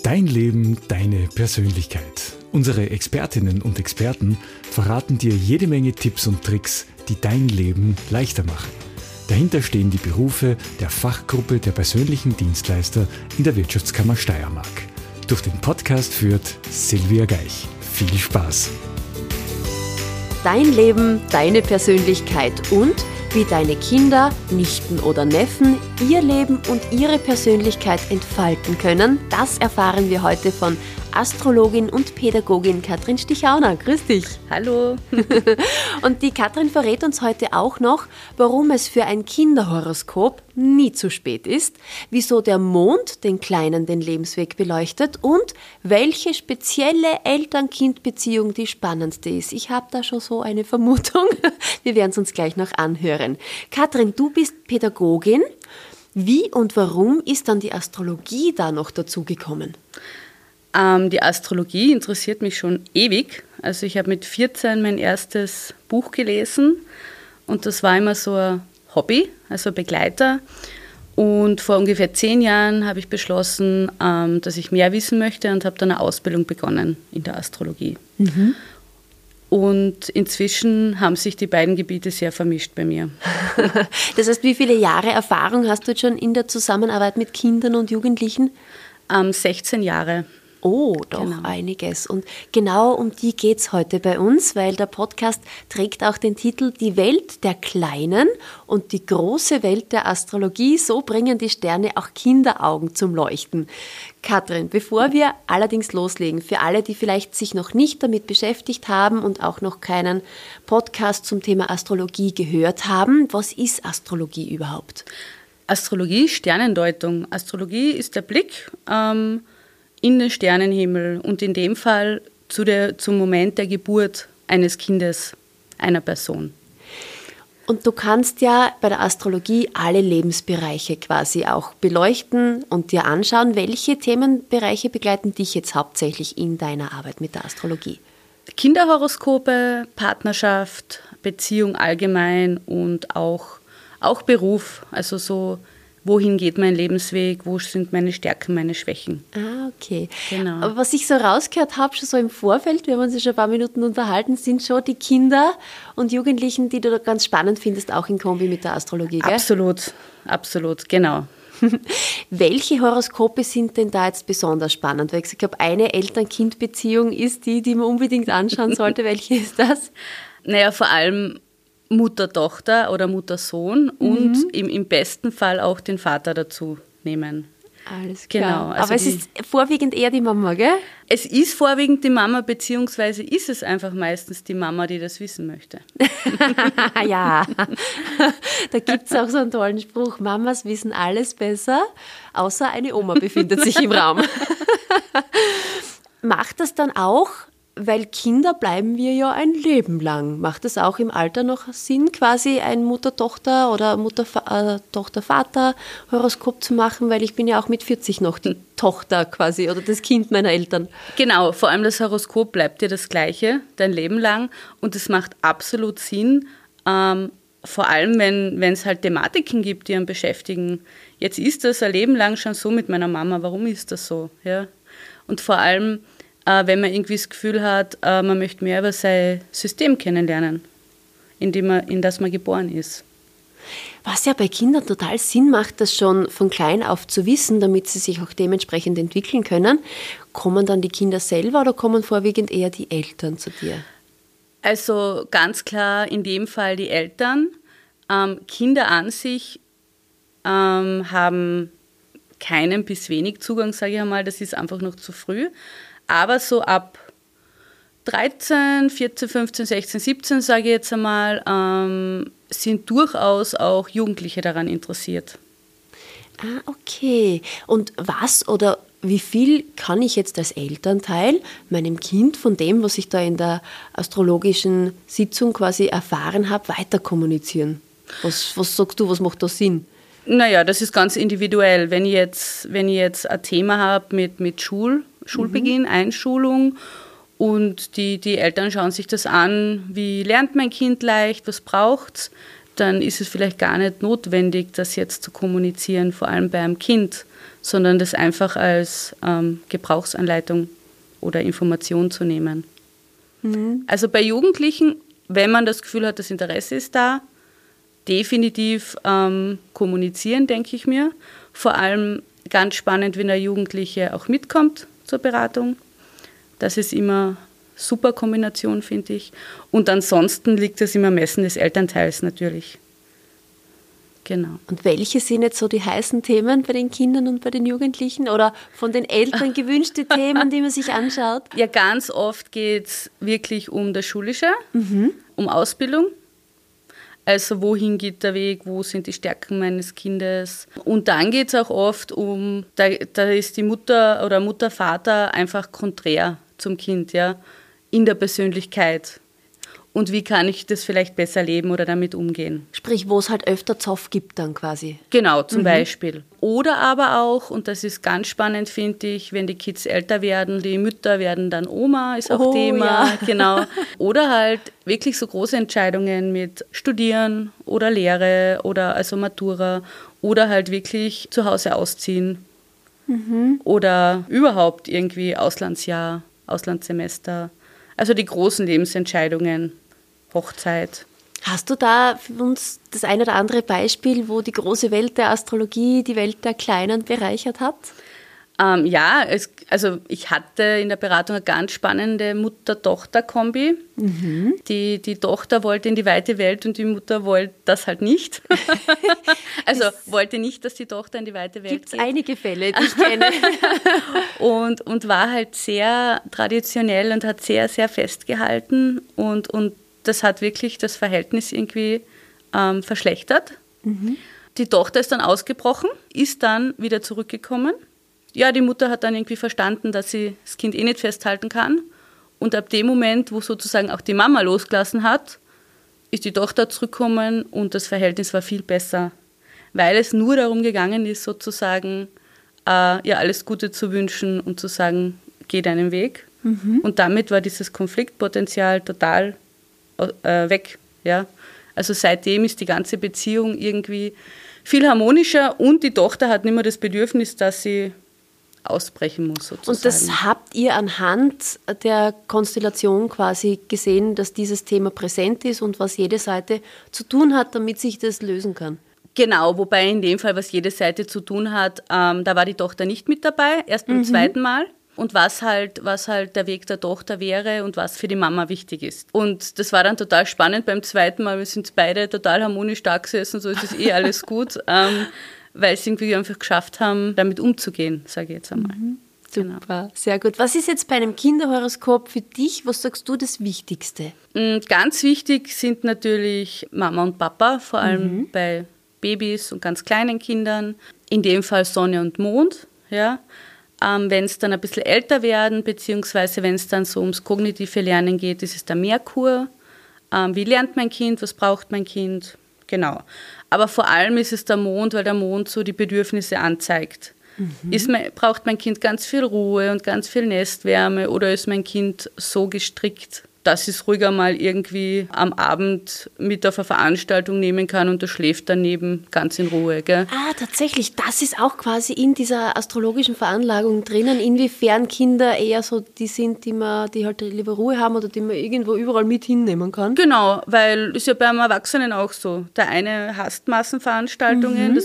Dein Leben, deine Persönlichkeit. Unsere Expertinnen und Experten verraten dir jede Menge Tipps und Tricks, die dein Leben leichter machen. Dahinter stehen die Berufe der Fachgruppe der persönlichen Dienstleister in der Wirtschaftskammer Steiermark. Durch den Podcast führt Silvia Geich. Viel Spaß! Dein Leben, deine Persönlichkeit und wie deine Kinder, Nichten oder Neffen ihr Leben und ihre Persönlichkeit entfalten können, das erfahren wir heute von Astrologin und Pädagogin Katrin Stichauner. Grüß dich. Hallo. Und die Katrin verrät uns heute auch noch, warum es für ein Kinderhoroskop nie zu spät ist, wieso der Mond den Kleinen den Lebensweg beleuchtet und welche spezielle Eltern-Kind-Beziehung die spannendste ist. Ich habe da schon so eine Vermutung. Wir werden es uns gleich noch anhören. Katrin, du bist Pädagogin. Wie und warum ist dann die Astrologie da noch dazugekommen? Die Astrologie interessiert mich schon ewig. Also ich habe mit 14 mein erstes Buch gelesen und das war immer so ein Hobby, also ein Begleiter. Und vor ungefähr 10 Jahren habe ich beschlossen, dass ich mehr wissen möchte und habe dann eine Ausbildung begonnen in der Astrologie. Mhm. Und inzwischen haben sich die beiden Gebiete sehr vermischt bei mir. Das heißt, wie viele Jahre Erfahrung hast du jetzt schon in der Zusammenarbeit mit Kindern und Jugendlichen? 16 Jahre. Oh, doch genau. Einiges. Und genau um die geht es heute bei uns, weil der Podcast trägt auch den Titel Die Welt der Kleinen und die große Welt der Astrologie. So bringen die Sterne auch Kinderaugen zum Leuchten. Katrin, bevor wir allerdings loslegen, für alle, die vielleicht sich noch nicht damit beschäftigt haben und auch noch keinen Podcast zum Thema Astrologie gehört haben, was ist Astrologie überhaupt? Astrologie, Sternendeutung. Astrologie ist der Blick in den Sternenhimmel und in dem Fall zum Moment der Geburt eines Kindes, einer Person. Und du kannst ja bei der Astrologie alle Lebensbereiche quasi auch beleuchten und dir anschauen. Welche Themenbereiche begleiten dich jetzt hauptsächlich in deiner Arbeit mit der Astrologie? Kinderhoroskope, Partnerschaft, Beziehung allgemein und auch Beruf, also so, wohin geht mein Lebensweg, wo sind meine Stärken, meine Schwächen. Ah, okay. Genau. Aber was ich so rausgehört habe, schon so im Vorfeld, wir haben uns ja schon ein paar Minuten unterhalten, sind schon die Kinder und Jugendlichen, die du da ganz spannend findest, auch in Kombi mit der Astrologie, gell? Absolut, genau. Welche Horoskope sind denn da jetzt besonders spannend? Weil ich glaube, eine Eltern-Kind-Beziehung ist die man unbedingt anschauen sollte. Welche ist das? Naja, vor allem Mutter-Tochter oder Mutter-Sohn und im besten Fall auch den Vater dazu nehmen. Alles klar. Genau, also aber es ist vorwiegend eher die Mama, gell? Es ist vorwiegend die Mama, beziehungsweise ist es einfach meistens die Mama, die das wissen möchte. Ja, da gibt es auch so einen tollen Spruch, Mamas wissen alles besser, außer eine Oma befindet sich im Raum. Macht das dann auch, weil Kinder bleiben wir ja ein Leben lang. Macht es auch im Alter noch Sinn, quasi ein Mutter-Tochter oder Mutter-Tochter-Vater-Horoskop zu machen? Weil ich bin ja auch mit 40 noch die Tochter quasi oder das Kind meiner Eltern. Genau, vor allem das Horoskop bleibt dir das Gleiche, dein Leben lang. Und es macht absolut Sinn, vor allem wenn es halt Thematiken gibt, die einen beschäftigen. Jetzt ist das ein Leben lang schon so mit meiner Mama. Warum ist das so? Ja? Und vor allem wenn man irgendwie das Gefühl hat, man möchte mehr über sein System kennenlernen, in das man geboren ist. Was ja bei Kindern total Sinn macht, das schon von klein auf zu wissen, damit sie sich auch dementsprechend entwickeln können. Kommen dann die Kinder selber oder kommen vorwiegend eher die Eltern zu dir? Also ganz klar in dem Fall die Eltern. Kinder an sich haben keinen bis wenig Zugang, sage ich einmal, das ist einfach noch zu früh. Aber so ab 13, 14, 15, 16, 17, sage ich jetzt einmal, sind durchaus auch Jugendliche daran interessiert. Ah, okay. Und was oder wie viel kann ich jetzt als Elternteil meinem Kind von dem, was ich da in der astrologischen Sitzung quasi erfahren habe, weiter kommunizieren? Was sagst du, was macht da Sinn? Naja, das ist ganz individuell. Wenn ich jetzt ein Thema habe mit Schulbeginn, Einschulung und die Eltern schauen sich das an, wie lernt mein Kind leicht, was braucht es, dann ist es vielleicht gar nicht notwendig, das jetzt zu kommunizieren, vor allem bei einem Kind, sondern das einfach als Gebrauchsanleitung oder Information zu nehmen. Also bei Jugendlichen, wenn man das Gefühl hat, das Interesse ist da, definitiv kommunizieren, denke ich mir. Vor allem ganz spannend, wenn der Jugendliche auch mitkommt zur Beratung. Das ist immer super Kombination, finde ich. Und ansonsten liegt es im Ermessen des Elternteils natürlich. Genau. Und welche sind jetzt so die heißen Themen bei den Kindern und bei den Jugendlichen oder von den Eltern gewünschte Themen, die man sich anschaut? Ja, ganz oft geht es wirklich um das Schulische, um Ausbildung. Also wohin geht der Weg, wo sind die Stärken meines Kindes? Und dann geht es auch oft um, da ist die Mutter oder Mutter, Vater einfach konträr zum Kind, ja, in der Persönlichkeit. Und wie kann ich das vielleicht besser leben oder damit umgehen? Sprich, wo es halt öfter Zoff gibt dann quasi. Genau, zum Beispiel. Oder aber auch, und das ist ganz spannend, finde ich, wenn die Kids älter werden, die Mütter werden dann Oma, ist auch Thema. Ja. Genau. Oder halt wirklich so große Entscheidungen mit Studieren oder Lehre oder also Matura oder halt wirklich zu Hause ausziehen. Oder überhaupt irgendwie Auslandsjahr, Auslandssemester. Also die großen Lebensentscheidungen. Hochzeit. Hast du da für uns das ein oder andere Beispiel, wo die große Welt der Astrologie die Welt der Kleinen bereichert hat? Ja, ich hatte in der Beratung eine ganz spannende Mutter-Tochter-Kombi. Die Tochter wollte in die weite Welt und die Mutter wollte das halt nicht. Also wollte nicht, dass die Tochter in die weite Welt geht. Gibt es einige Fälle, die ich kenne. und war halt sehr traditionell und hat sehr, sehr festgehalten und das hat wirklich das Verhältnis irgendwie verschlechtert. Die Tochter ist dann ausgebrochen, ist dann wieder zurückgekommen. Ja, die Mutter hat dann irgendwie verstanden, dass sie das Kind eh nicht festhalten kann. Und ab dem Moment, wo sozusagen auch die Mama losgelassen hat, ist die Tochter zurückgekommen und das Verhältnis war viel besser. Weil es nur darum gegangen ist, sozusagen ihr alles Gute zu wünschen und zu sagen, geh deinen Weg. Und damit war dieses Konfliktpotenzial total weg. Ja? Also seitdem ist die ganze Beziehung irgendwie viel harmonischer und die Tochter hat nicht mehr das Bedürfnis, dass sie ausbrechen muss sozusagen. Und das habt ihr anhand der Konstellation quasi gesehen, dass dieses Thema präsent ist und was jede Seite zu tun hat, damit sich das lösen kann? Genau, wobei in dem Fall, was jede Seite zu tun hat, da war die Tochter nicht mit dabei, erst beim zweiten Mal. Und was halt der Weg der Tochter wäre und was für die Mama wichtig ist. Und das war dann total spannend beim zweiten Mal. Wir sind beide total harmonisch da gesessen, so ist es eh alles gut, weil sie irgendwie einfach geschafft haben, damit umzugehen, sage ich jetzt einmal. Super, genau. Sehr gut. Was ist jetzt bei einem Kinderhoroskop für dich, was sagst du, das Wichtigste? Ganz wichtig sind natürlich Mama und Papa, vor allem bei Babys und ganz kleinen Kindern. In dem Fall Sonne und Mond, ja. Wenn es dann ein bisschen älter werden, beziehungsweise wenn es dann so ums kognitive Lernen geht, ist es der Merkur. Wie lernt mein Kind, was braucht mein Kind? Genau. Aber vor allem ist es der Mond, weil der Mond so die Bedürfnisse anzeigt. Braucht mein Kind ganz viel Ruhe und ganz viel Nestwärme oder ist mein Kind so gestrickt, dass ich es ruhiger mal irgendwie am Abend mit auf eine Veranstaltung nehmen kann und das schläft daneben ganz in Ruhe. Gell? Tatsächlich, das ist auch quasi in dieser astrologischen Veranlagung drinnen, inwiefern Kinder eher so die sind, die halt lieber Ruhe haben oder die man irgendwo überall mit hinnehmen kann. Genau, weil ist ja beim Erwachsenen auch so. Der eine hasst Massenveranstaltungen,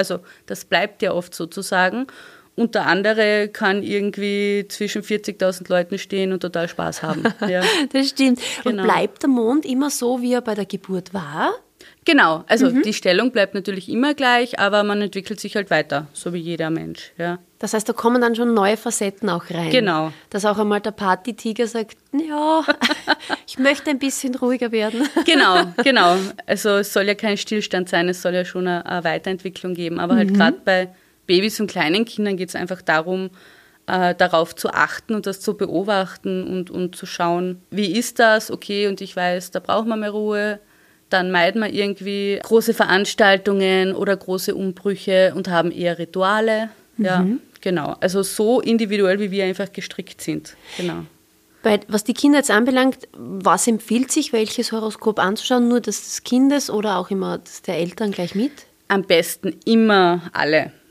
das bleibt ja oft sozusagen. Und der andere kann irgendwie zwischen 40.000 Leuten stehen und total Spaß haben. Ja. Das stimmt. Genau. Und bleibt der Mond immer so, wie er bei der Geburt war? Genau, also die Stellung bleibt natürlich immer gleich, aber man entwickelt sich halt weiter, so wie jeder Mensch. Ja. Das heißt, da kommen dann schon neue Facetten auch rein. Genau. Dass auch einmal der Partytiger sagt, ja, ich möchte ein bisschen ruhiger werden. Genau. Also es soll ja kein Stillstand sein, es soll ja schon eine Weiterentwicklung geben, aber halt gerade bei Babys und kleinen Kindern geht es einfach darum, darauf zu achten und das zu beobachten und zu schauen, wie ist das, okay, und ich weiß, da braucht man mehr Ruhe, dann meiden wir irgendwie große Veranstaltungen oder große Umbrüche und haben eher Rituale. Ja, genau. Also so individuell, wie wir einfach gestrickt sind. Genau. Was die Kinder jetzt anbelangt, was empfiehlt sich, welches Horoskop anzuschauen? Nur das des Kindes oder auch immer das der Eltern gleich mit? Am besten immer alle.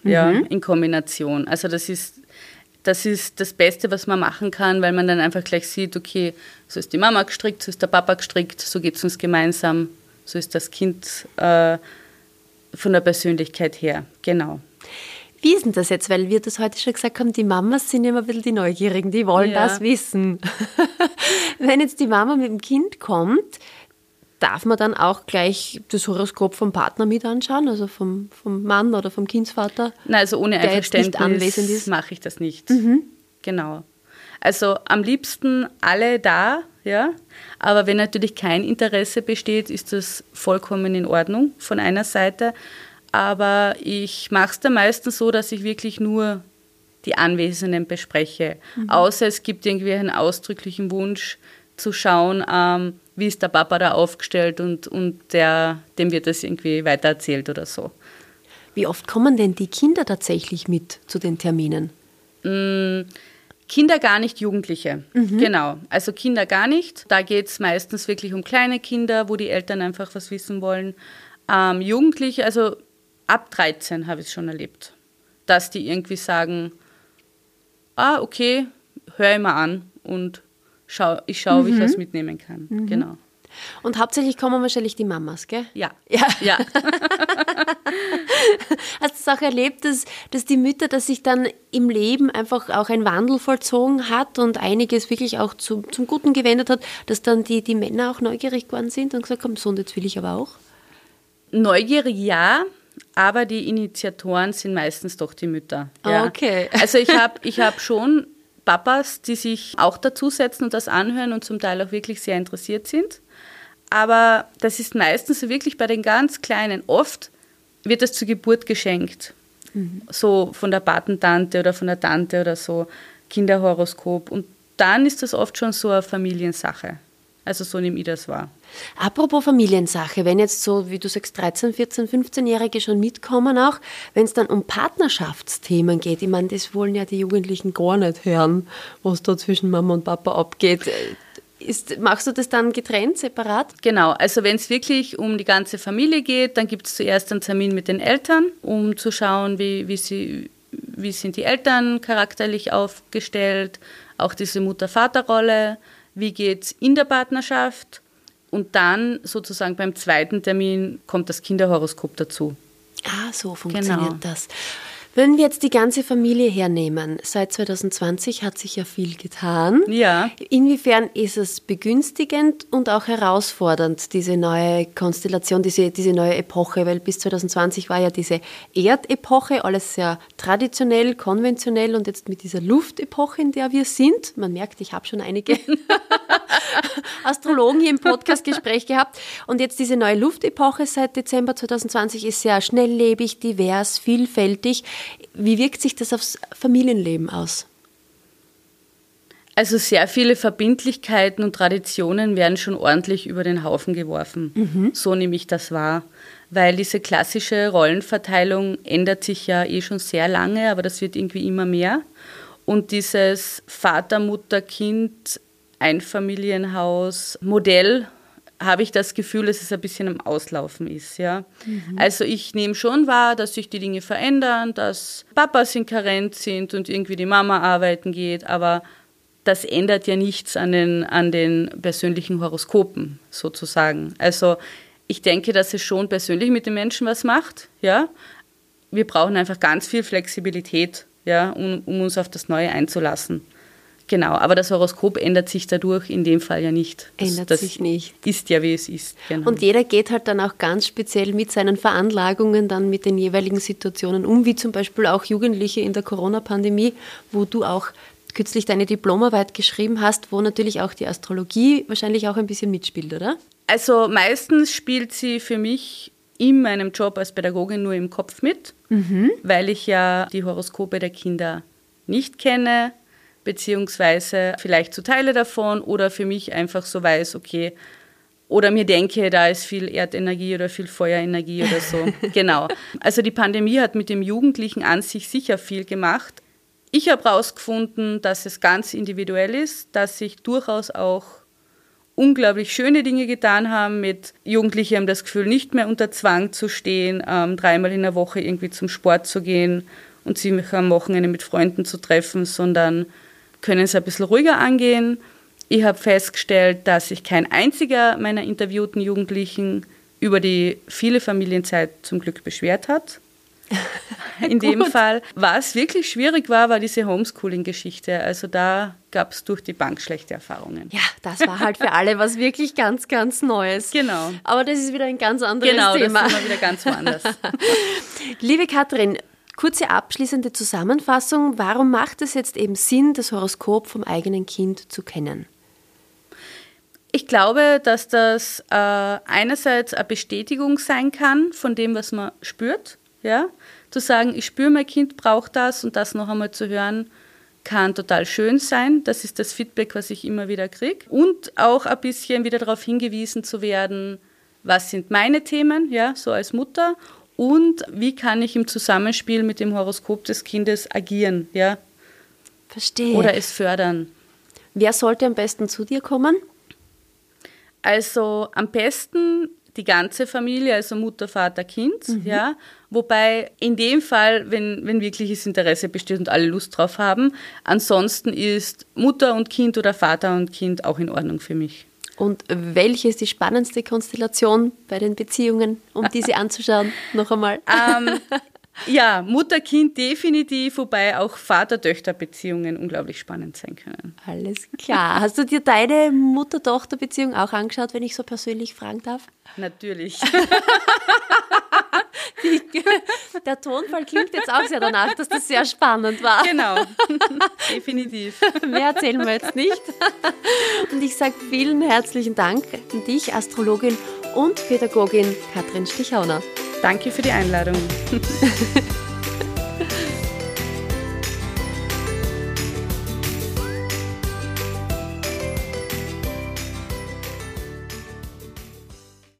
ja, in Kombination. Also das ist das Beste, was man machen kann, weil man dann einfach gleich sieht, okay, so ist die Mama gestrickt, so ist der Papa gestrickt, so geht es uns gemeinsam, so ist das Kind von der Persönlichkeit her, genau. Wie ist denn das jetzt? Weil wir das heute schon gesagt haben, die Mamas sind immer ein bisschen die Neugierigen, die wollen das wissen. Wenn jetzt die Mama mit dem Kind kommt, darf man dann auch gleich das Horoskop vom Partner mit anschauen, also vom Mann oder vom Kindsvater? Nein, also ohne Einverständnis mache ich das nicht. Genau. Also am liebsten alle da, ja. Aber wenn natürlich kein Interesse besteht, ist das vollkommen in Ordnung von einer Seite. Aber ich mache es dann meistens so, dass ich wirklich nur die Anwesenden bespreche. Außer es gibt irgendwie einen ausdrücklichen Wunsch zu schauen, wie ist der Papa da aufgestellt und dem wird das irgendwie weitererzählt oder so. Wie oft kommen denn die Kinder tatsächlich mit zu den Terminen? Kinder gar nicht, Jugendliche. Genau, also Kinder gar nicht. Da geht es meistens wirklich um kleine Kinder, wo die Eltern einfach was wissen wollen. Jugendliche, also ab 13 habe ich es schon erlebt, dass die irgendwie sagen, okay, höre ich mal an und ich schaue, wie ich was mitnehmen kann. Genau. Und hauptsächlich kommen wahrscheinlich die Mamas, gell? Ja. Hast du es auch erlebt, dass die Mütter, dass sich dann im Leben einfach auch ein Wandel vollzogen hat und einiges wirklich auch zum Guten gewendet hat, dass dann die Männer auch neugierig geworden sind und gesagt haben, so, und jetzt will ich aber auch? Neugierig ja, aber die Initiatoren sind meistens doch die Mütter. Ja. Okay. Also ich hab schon Papas, die sich auch dazusetzen und das anhören und zum Teil auch wirklich sehr interessiert sind. Aber das ist meistens wirklich bei den ganz Kleinen. Oft wird das zur Geburt geschenkt. So von der Patentante oder von der Tante oder so, Kinderhoroskop. Und dann ist das oft schon so eine Familiensache. Also so nehme ich das wahr. Apropos Familiensache, wenn jetzt so, wie du sagst, 13-, 14-, 15-Jährige schon mitkommen auch, wenn es dann um Partnerschaftsthemen geht, ich meine, das wollen ja die Jugendlichen gar nicht hören, was da zwischen Mama und Papa abgeht. Machst du das dann getrennt, separat? Genau, also wenn es wirklich um die ganze Familie geht, dann gibt es zuerst einen Termin mit den Eltern, um zu schauen, wie sind die Eltern charakterlich aufgestellt, auch diese Mutter-Vater-Rolle, wie geht es in der Partnerschaft und dann sozusagen beim zweiten Termin kommt das Kinderhoroskop dazu. So funktioniert das. Wenn wir jetzt die ganze Familie hernehmen, seit 2020 hat sich ja viel getan. Ja. Inwiefern ist es begünstigend und auch herausfordernd, diese neue Konstellation, diese neue Epoche? Weil bis 2020 war ja diese Erdepoche, alles sehr traditionell, konventionell und jetzt mit dieser Luftepoche, in der wir sind. Man merkt, ich habe schon einige Astrologen hier im Podcastgespräch gehabt. Und jetzt diese neue Luftepoche seit Dezember 2020 ist sehr schnelllebig, divers, vielfältig. Wie wirkt sich das aufs Familienleben aus? Also sehr viele Verbindlichkeiten und Traditionen werden schon ordentlich über den Haufen geworfen. So nehme ich das wahr. Weil diese klassische Rollenverteilung ändert sich ja schon sehr lange, aber das wird irgendwie immer mehr. Und dieses Vater, Mutter, Kind, Einfamilienhaus-Modell habe ich das Gefühl, dass es ein bisschen am Auslaufen ist. Ja? Also ich nehme schon wahr, dass sich die Dinge verändern, dass Papas in Karenz sind und irgendwie die Mama arbeiten geht, aber das ändert ja nichts an den persönlichen Horoskopen sozusagen. Also ich denke, dass es schon persönlich mit den Menschen was macht. Ja? Wir brauchen einfach ganz viel Flexibilität, ja, um uns auf das Neue einzulassen. Genau, aber das Horoskop ändert sich dadurch in dem Fall ja nicht. Ändert sich nicht. Ist ja, wie es ist. Genau. Und jeder geht halt dann auch ganz speziell mit seinen Veranlagungen dann mit den jeweiligen Situationen um, wie zum Beispiel auch Jugendliche in der Corona-Pandemie, wo du auch kürzlich deine Diplomarbeit geschrieben hast, wo natürlich auch die Astrologie wahrscheinlich auch ein bisschen mitspielt, oder? Also meistens spielt sie für mich in meinem Job als Pädagogin nur im Kopf mit, weil ich ja die Horoskope der Kinder nicht kenne, beziehungsweise vielleicht zu Teile davon oder für mich einfach so weiß, okay, oder mir denke, da ist viel Erdenergie oder viel Feuerenergie oder so. Genau. Also die Pandemie hat mit dem Jugendlichen an sich sicher viel gemacht. Ich habe herausgefunden, dass es ganz individuell ist, dass sich durchaus auch unglaublich schöne Dinge getan haben. Mit Jugendlichen haben das Gefühl, nicht mehr unter Zwang zu stehen, 3-mal in der Woche irgendwie zum Sport zu gehen und sich am Wochenende mit Freunden zu treffen, sondern können es ein bisschen ruhiger angehen. Ich habe festgestellt, dass sich kein einziger meiner interviewten Jugendlichen über die viele Familienzeit zum Glück beschwert hat. In dem Fall. Was wirklich schwierig war diese Homeschooling-Geschichte. Also da gab es durch die Bank schlechte Erfahrungen. Ja, das war halt für alle was wirklich ganz, ganz Neues. Genau. Aber das ist wieder ein ganz anderes Thema. Genau, das sind wir wieder ganz woanders. Liebe Katrin, kurze abschließende Zusammenfassung. Warum macht es jetzt eben Sinn, das Horoskop vom eigenen Kind zu kennen? Ich glaube, dass das einerseits eine Bestätigung sein kann von dem, was man spürt. Ja? Zu sagen, ich spüre, mein Kind braucht das und das noch einmal zu hören, kann total schön sein. Das ist das Feedback, was ich immer wieder kriege. Und auch ein bisschen wieder darauf hingewiesen zu werden, was sind meine Themen, ja, so als Mutter, und wie kann ich im Zusammenspiel mit dem Horoskop des Kindes agieren. Ja? Verstehe. Oder es fördern. Wer sollte am besten zu dir kommen? Also am besten die ganze Familie, also Mutter, Vater, Kind. Ja? Wobei in dem Fall, wenn wirkliches Interesse besteht und alle Lust drauf haben, ansonsten ist Mutter und Kind oder Vater und Kind auch in Ordnung für mich. Und welche ist die spannendste Konstellation bei den Beziehungen, um diese anzuschauen? Noch einmal. Ja, Mutter-Kind definitiv, wobei auch Vater-Töchter-Beziehungen unglaublich spannend sein können. Alles klar. Hast du dir deine Mutter-Tochter-Beziehung auch angeschaut, wenn ich so persönlich fragen darf? Natürlich. Der Tonfall klingt jetzt auch sehr danach, dass das sehr spannend war. Genau, definitiv. Mehr erzählen wir jetzt nicht. Und ich sage vielen herzlichen Dank an dich, Astrologin und Pädagogin Katrin Stichauner. Danke für die Einladung.